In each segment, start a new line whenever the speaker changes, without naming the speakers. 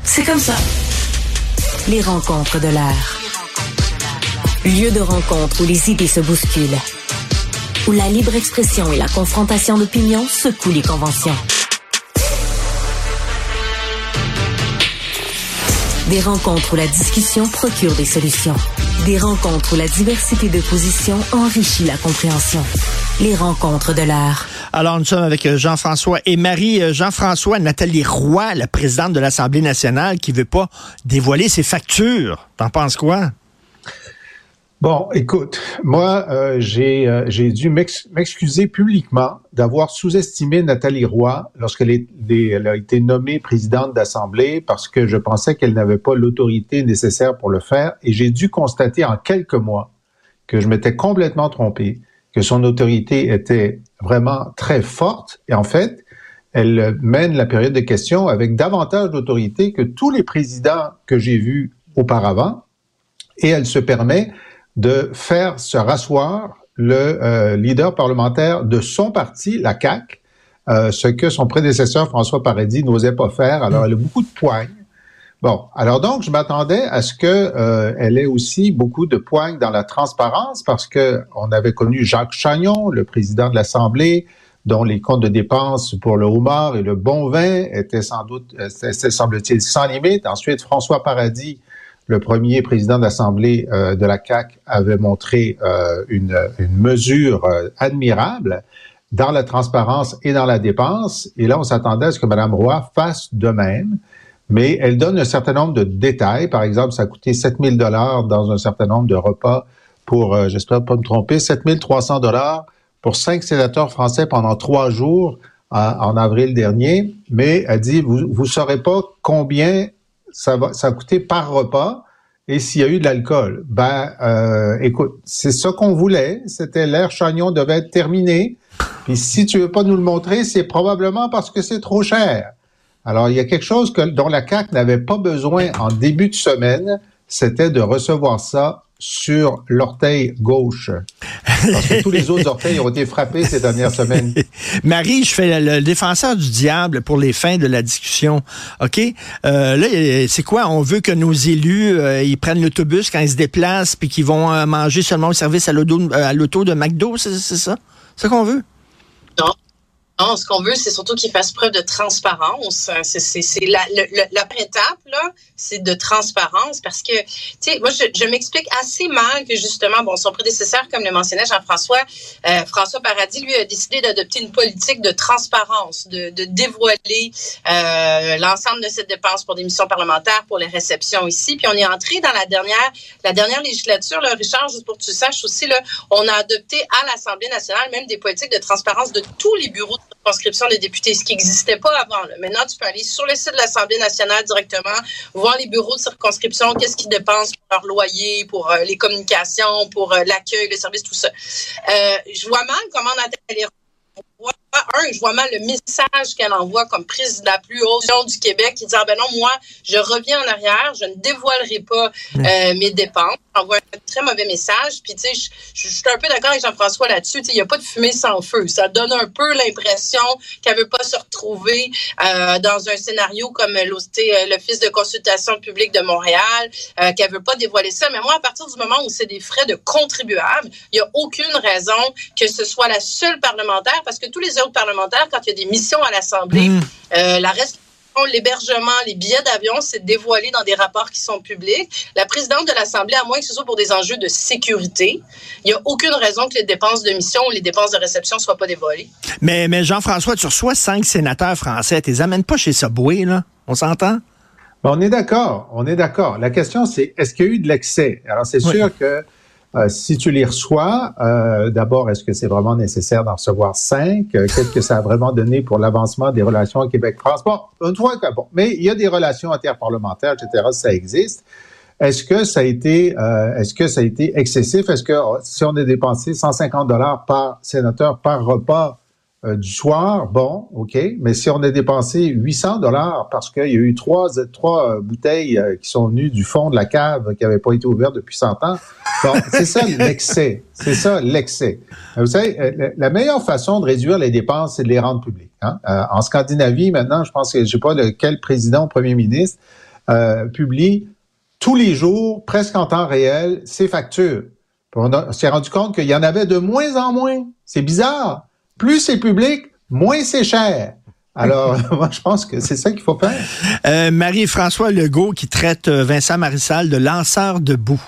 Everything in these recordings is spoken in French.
C'est comme ça. Les rencontres de l'heure. Lieu de rencontre où les idées se bousculent. Où la libre expression et la confrontation d'opinions secouent les conventions. Des rencontres où la discussion procure des solutions. Des rencontres où la diversité de positions enrichit la compréhension. Les rencontres de l'heure.
Alors, nous sommes avec Jean-François et Marie. Jean-François, Nathalie Roy, la présidente de l'Assemblée nationale, qui veut pas dévoiler ses factures. T'en penses quoi?
Bon, écoute, moi, j'ai dû m'excuser publiquement d'avoir sous-estimé Nathalie Roy lorsqu'elle a été nommée présidente d'Assemblée parce que je pensais qu'elle n'avait pas l'autorité nécessaire pour le faire. Et j'ai dû constater en quelques mois que je m'étais complètement trompé, que son autorité était vraiment très forte. Et en fait, elle mène la période de questions avec davantage d'autorité que tous les présidents que j'ai vus auparavant. Et elle se permet de faire se rasseoir le leader parlementaire de son parti, la CAQ, ce que son prédécesseur François Paradis n'osait pas faire. Alors, elle a beaucoup de poigne. Bon, alors donc, je m'attendais à ce que elle ait aussi beaucoup de poigne dans la transparence parce que on avait connu Jacques Chagnon, le président de l'Assemblée, dont les comptes de dépenses pour le homard et le bon vin étaient semble-t-il, sans limite. Ensuite, François Paradis, le premier président d'Assemblée de la CAQ, avait montré une mesure admirable dans la transparence et dans la dépense. Et là, on s'attendait à ce que Mme Roy fasse de même. Mais elle donne un certain nombre de détails. Par exemple, ça a coûté 7 000 $ dans un certain nombre de repas pour, j'espère pas me tromper, 7 300 $ pour 5 sénateurs français pendant 3 jours en avril dernier. Mais elle dit, vous saurez pas combien ça a coûté par repas et s'il y a eu de l'alcool. Écoute, c'est ça qu'on voulait. C'était l'ère Chagnon devait être terminée. Puis si tu veux pas nous le montrer, c'est probablement parce que c'est trop cher. Alors, il y a quelque chose dont la CAQ n'avait pas besoin en début de semaine, c'était de recevoir ça sur l'orteil gauche. Parce que tous les autres orteils ont été frappés ces dernières semaines.
Marie, je fais le défenseur du diable pour les fins de la discussion. OK? Là, c'est quoi? On veut que nos élus, ils prennent l'autobus quand ils se déplacent puis qu'ils vont manger seulement au service à l'auto de McDo, c'est ça? C'est ça qu'on veut?
Non. Non, ce qu'on veut, c'est surtout qu'ils fassent preuve de transparence. C'est la première étape, là, c'est de transparence parce que, tu sais, moi, je m'explique assez mal que, justement, bon, son prédécesseur, comme le mentionnait Jean-François, François Paradis, lui, a décidé d'adopter une politique de transparence, de dévoiler l'ensemble de cette dépense pour des missions parlementaires, pour les réceptions ici. Puis on est entré dans la dernière législature, là, Richard, juste pour que tu saches aussi, là, on a adopté à l'Assemblée nationale même des politiques de transparence de tous les bureaux de circonscription des députés, ce qui n'existait pas avant. Là. Maintenant, tu peux aller sur le site de l'Assemblée nationale directement, voir les bureaux de circonscription, qu'est-ce qu'ils dépensent pour leur loyer, pour les communications, pour l'accueil, le service, tout ça. Je vois mal comment Nathalie Roy, je vois mal le message qu'elle envoie comme prise de la plus haute du Québec qui dit « Ah ben non, moi, je reviens en arrière, je ne dévoilerai pas mes dépenses. » Elle envoie un très mauvais message. Puis, tu sais, je suis un peu d'accord avec Jean-François là-dessus. Tu sais, il n'y a pas de fumée sans feu. Ça donne un peu l'impression qu'elle ne veut pas se retrouver dans un scénario comme l'Office de consultation publique de Montréal, qu'elle ne veut pas dévoiler ça. Mais moi, à partir du moment où c'est des frais de contribuables, il n'y a aucune raison que ce soit la seule parlementaire, parce que tous les autres parlementaires, quand il y a des missions à l'Assemblée, la reste l'hébergement, les billets d'avion, c'est dévoilé dans des rapports qui sont publics. La présidente de l'Assemblée, à moins que ce soit pour des enjeux de sécurité, il n'y a aucune raison que les dépenses de mission ou les dépenses de réception ne soient pas dévoilées.
Mais Jean-François, tu reçois 5 sénateurs français, tu les amènes pas chez Subway, là? On s'entend?
On est d'accord. La question, c'est est-ce qu'il y a eu de l'excès? Alors, c'est sûr que si tu les reçois, d'abord, est-ce que c'est vraiment nécessaire d'en recevoir 5? Qu'est-ce que ça a vraiment donné pour l'avancement des relations Québec-France? Bon, une fois que bon, mais il y a des relations interparlementaires, etc., ça existe. Est-ce que ça a été excessif? Est-ce que si on a dépensé 150 $ par sénateur par repas du soir, bon, OK, mais si on a dépensé 800 $ parce qu'il y a eu trois bouteilles qui sont venues du fond de la cave qui n'avaient pas été ouvertes depuis 100 ans, bon, c'est ça l'excès. Vous savez, la meilleure façon de réduire les dépenses, c'est de les rendre publiques. Hein? En Scandinavie, maintenant, je pense que je sais pas quel président ou premier ministre publie tous les jours, presque en temps réel, ses factures. Puis on s'est rendu compte qu'il y en avait de moins en moins. C'est bizarre. Plus c'est public, moins c'est cher. Alors, moi, je pense que c'est ça qu'il faut faire.
Marie-François Legault qui traite Vincent Marissal de lanceur de boue.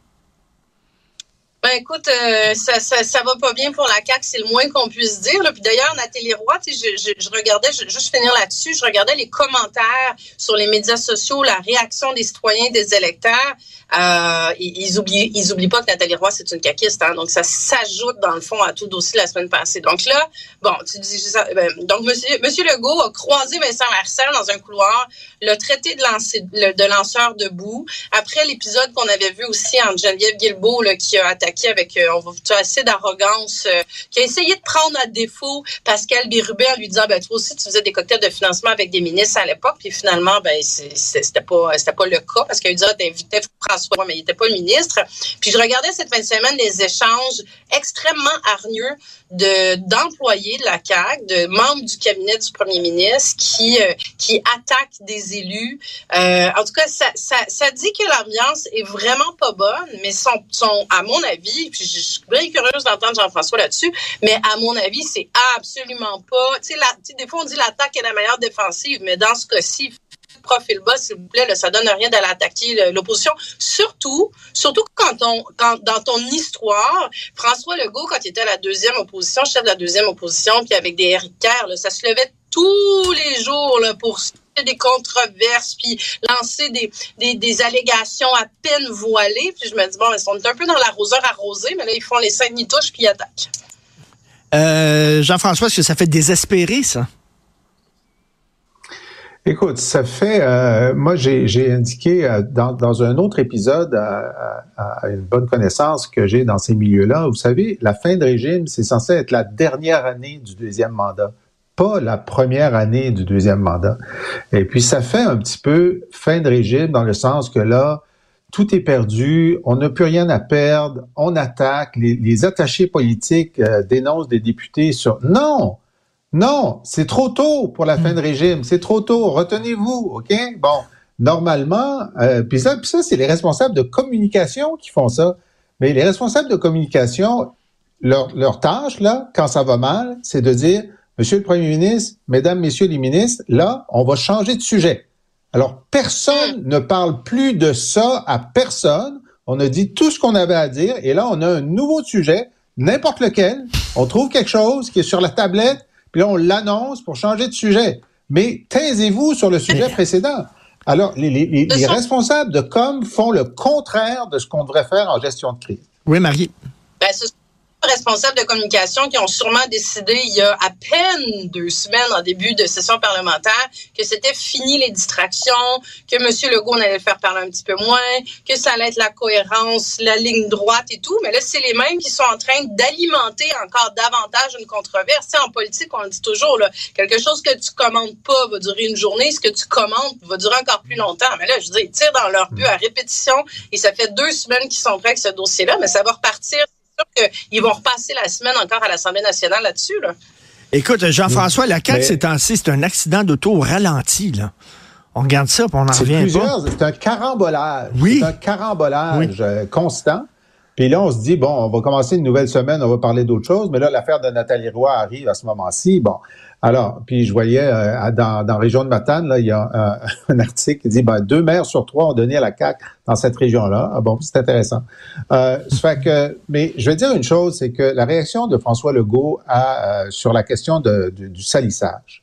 Ben écoute, ça va pas bien pour la CAQ, c'est le moins qu'on puisse dire. Là. Puis d'ailleurs, Nathalie Roy, je regardais, juste finir là-dessus, je regardais les commentaires sur les médias sociaux, la réaction des citoyens, des électeurs. Ils oublient pas que Nathalie Roy, c'est une caquiste, hein, donc ça s'ajoute dans le fond à tout le dossier de la semaine passée. Donc là, bon, tu dis ça, donc Monsieur Legault a croisé Vincent Marissal dans un couloir, l'a traité de lanceur de boue. Après l'épisode qu'on avait vu aussi entre Geneviève Guilbeault, là, qui a attaqué avec assez d'arrogance, qui a essayé de prendre à défaut Pascal Bérubé en lui disant toi aussi tu faisais des cocktails de financement avec des ministres à l'époque, puis finalement c'était pas le cas parce qu'il a dit t'invitais François, mais il était pas le ministre. Puis je regardais cette fin de semaine des échanges extrêmement hargneux d'employés de la CAQ, de membres du cabinet du premier ministre qui attaquent des élus. En tout cas, ça dit que l'ambiance est vraiment pas bonne, mais sont à mon avis, puis je suis bien curieuse d'entendre Jean-François là-dessus, mais à mon avis, c'est absolument pas... Tu sais, des fois, on dit l'attaque est la meilleure défensive, mais dans ce cas-ci, profil bas, s'il vous plaît, là, ça donne rien d'aller attaquer l'opposition. Surtout quand dans ton histoire, François Legault, quand il était à la deuxième opposition, chef de la deuxième opposition, puis avec des Éric Kerr, là, ça se levait tous les jours là, pour des controverses, puis lancer des allégations à peine voilées. Puis je me dis, bon, ils sont un peu dans l'arroseur arrosé, mais là, ils font les 5 touches puis ils attaquent.
Jean-François, est-ce que ça fait désespérer, ça?
Écoute, ça fait... moi, j'ai indiqué dans un autre épisode à une bonne connaissance que j'ai dans ces milieux-là, vous savez, la fin de régime, c'est censé être la dernière année du deuxième mandat, pas la première année du deuxième mandat. Et puis, ça fait un petit peu fin de régime dans le sens que là, tout est perdu, on n'a plus rien à perdre, on attaque, les attachés politiques dénoncent des députés sur... Non, c'est trop tôt pour la fin de régime. C'est trop tôt. Retenez-vous, OK? Bon, normalement, puis ça, c'est les responsables de communication qui font ça. Mais les responsables de communication, leur tâche, là, quand ça va mal, c'est de dire, Monsieur le Premier ministre, Mesdames, Messieurs les ministres, là, on va changer de sujet. Alors, personne ne parle plus de ça à personne. On a dit tout ce qu'on avait à dire, et là, on a un nouveau sujet, n'importe lequel. On trouve quelque chose qui est sur la tablette, puis là, on l'annonce pour changer de sujet. Mais taisez-vous sur le sujet précédent. Alors, les responsables de com font le contraire de ce qu'on devrait faire en gestion de crise.
Oui, Marie.
Ce sont les responsables de communication qui ont sûrement décidé il y a à peine 2 semaines, en début de session parlementaire, que c'était fini les distractions, que M. Legault, on allait le faire parler un petit peu moins, que ça allait être la cohérence, la ligne droite et tout. Mais là, c'est les mêmes qui sont en train d'alimenter encore davantage une controverse. Tu sais, en politique, on le dit toujours, là, quelque chose que tu commandes pas va durer une journée, ce que tu commandes va durer encore plus longtemps. Mais là, je veux dire, ils tirent dans leur but à répétition et ça fait 2 semaines qu'ils sont prêts avec ce dossier-là, mais ça va repartir. Ils vont repasser la semaine encore à l'Assemblée nationale là-dessus. Là.
Écoute, Jean-François, la CAQ, ces temps-ci, c'est un accident d'auto au ralenti. Là. On regarde ça, puis on n'en revient pas.
C'est un carambolage.
Oui.
C'est un carambolage constant. Puis là, on se dit, bon, on va commencer une nouvelle semaine, on va parler d'autre chose. Mais là, l'affaire de Nathalie Roy arrive à ce moment-ci. Bon, alors, puis je voyais dans la région de Matane, là, il y a un article qui dit, 2 maires sur 3 ont donné à la CAQ dans cette région-là. Ah bon, c'est intéressant. Ça fait que, mais je vais dire une chose, c'est que la réaction de François Legault sur la question du salissage,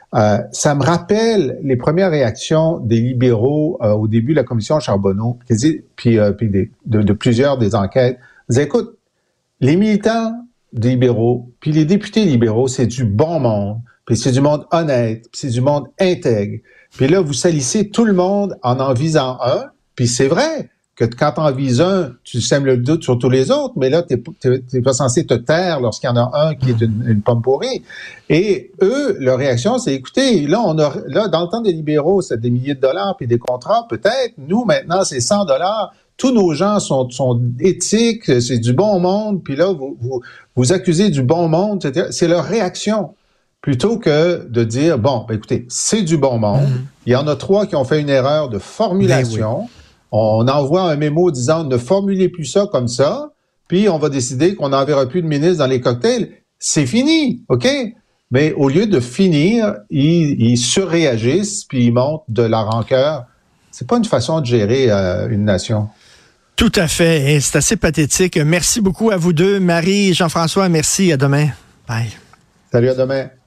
ça me rappelle les premières réactions des libéraux au début de la commission Charbonneau, puis de plusieurs des enquêtes. Ils disaient, écoute, les militants des libéraux, puis les députés libéraux, c'est du bon monde, puis c'est du monde honnête, puis c'est du monde intègre. Puis là, vous salissez tout le monde en visant un, puis c'est vrai que quand t'en vises un, tu sèmes le doute sur tous les autres, mais là, t'es pas censé te taire lorsqu'il y en a un qui est une pomme pourrie. Et eux, leur réaction, c'est, écoutez, là, dans le temps des libéraux, c'est des milliers de dollars puis des contrats, peut-être. Nous, maintenant, c'est 100 dollars. Tous nos gens sont éthiques, c'est du bon monde, puis là, vous accusez du bon monde, etc. C'est leur réaction. plutôt que de dire, bon, ben écoutez, c'est du bon monde. Il y en a 3 qui ont fait une erreur de formulation. Oui. On envoie un mémo disant, ne formulez plus ça comme ça, puis on va décider qu'on n'enverra plus de ministre dans les cocktails. C'est fini, OK? Mais au lieu de finir, ils surréagissent, puis ils montent de la rancœur. C'est pas une façon de gérer une nation.
Tout à fait. Et c'est assez pathétique. Merci beaucoup à vous deux. Marie, Jean-François, merci. À demain. Bye.
Salut, à demain.